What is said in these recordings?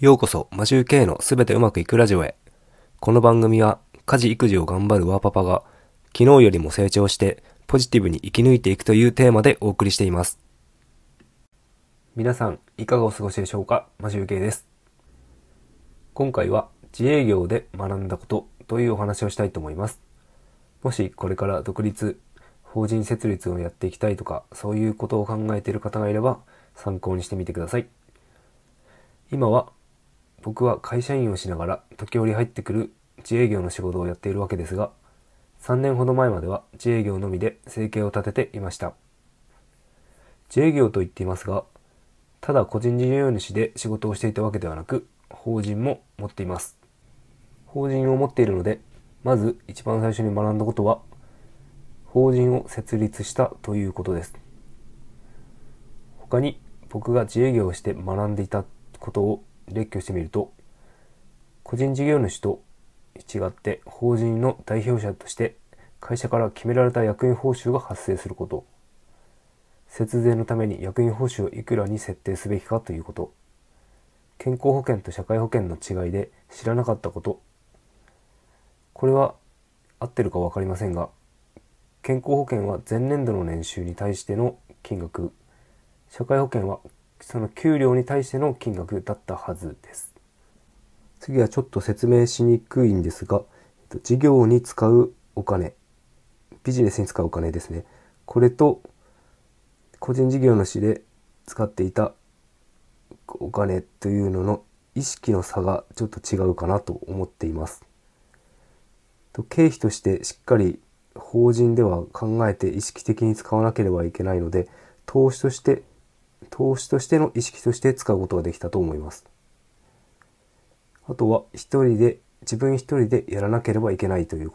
ようこそ、マジュー K のすべてうまくいくラジオへ。この番組は、家事育児を頑張るワーパパが、昨日よりも成長して、ポジティブに生き抜いていくというテーマでお送りしています。皆さん、いかがお過ごしでしょうか。マジュー K です。今回は、自営業で学んだことというお話をしたいと思います。もし、これから独立、法人設立をやっていきたいとか、そういうことを考えている方がいれば、参考にしてみてください。今は、僕は会社員をしながら時折入ってくる自営業の仕事をやっているわけですが、3年ほど前までは自営業のみで生計を立てていました。自営業と言っていますが、ただ個人事業主で仕事をしていたわけではなく、法人も持っています。法人を持っているので、まず一番最初に学んだことは、法人を設立したということです。他に僕が自営業をして学んでいたことを列挙してみると、個人事業主と違って法人の代表者として会社から決められた役員報酬が発生すること、節税のために役員報酬をいくらに設定すべきかということ、健康保険と社会保険の違いで知らなかったこと、これは合ってるか分かりませんが、健康保険は前年度の年収に対しての金額、社会保険はその給料に対しての金額だったはずです。次はちょっと説明しにくいんですが、事業に使うお金、ビジネスに使うお金ですね。これと個人事業主で使っていたお金というのの意識の差がちょっと違うかなと思っています。経費としてしっかり法人では考えて意識的に使わなければいけないので、投資としての意識として使うことができたと思います。あとは自分一人でやらなければいけないということ。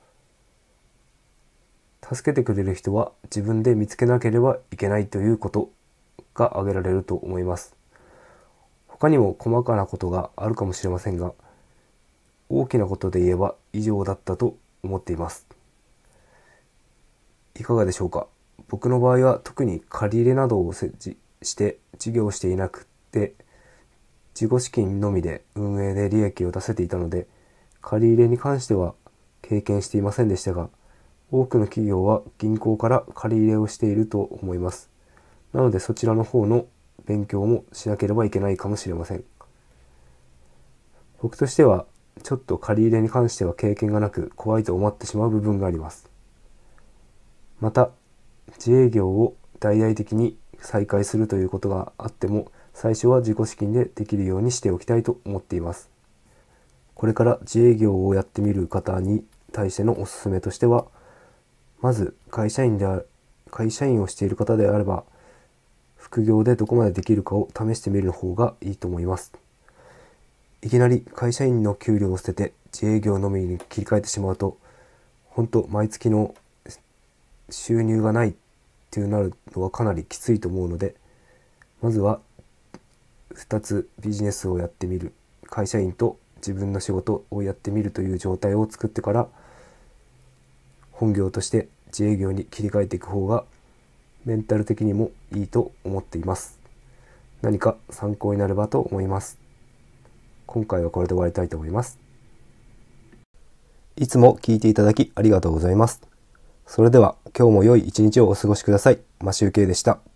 助けてくれる人は自分で見つけなければいけないということが挙げられると思います。他にも細かなことがあるかもしれませんが、大きなことで言えば以上だったと思っています。いかがでしょうか。僕の場合は特に借り入れなどを設置して事業をしていなくて、自己資金のみで運営で利益を出せていたので、借り入れに関しては経験していませんでしたが、多くの企業は銀行から借り入れをしていると思います。なのでそちらの方の勉強もしなければいけないかもしれません。僕としてはちょっと借り入れに関しては経験がなく怖いと思ってしまう部分があります。また、自営業を大々的に再開するということがあっても、最初は自己資金でできるようにしておきたいと思っています。これから自営業をやってみる方に対してのおすすめとしては、まず会社員をしている方であれば、副業でどこまでできるかを試してみる方がいいと思います。いきなり会社員の給料を捨てて自営業のみに切り替えてしまうと、本当毎月の収入がないってなるのはかなりきついと思うので、まずは2つビジネスをやってみる、会社員と自分の仕事をやってみるという状態を作ってから、本業として自営業に切り替えていく方がメンタル的にもいいと思っています。何か参考になればと思います。今回はこれで終わりたいと思います。いつも聞いていただきありがとうございます。それでは今日も良い一日をお過ごしください。マシュウケイでした。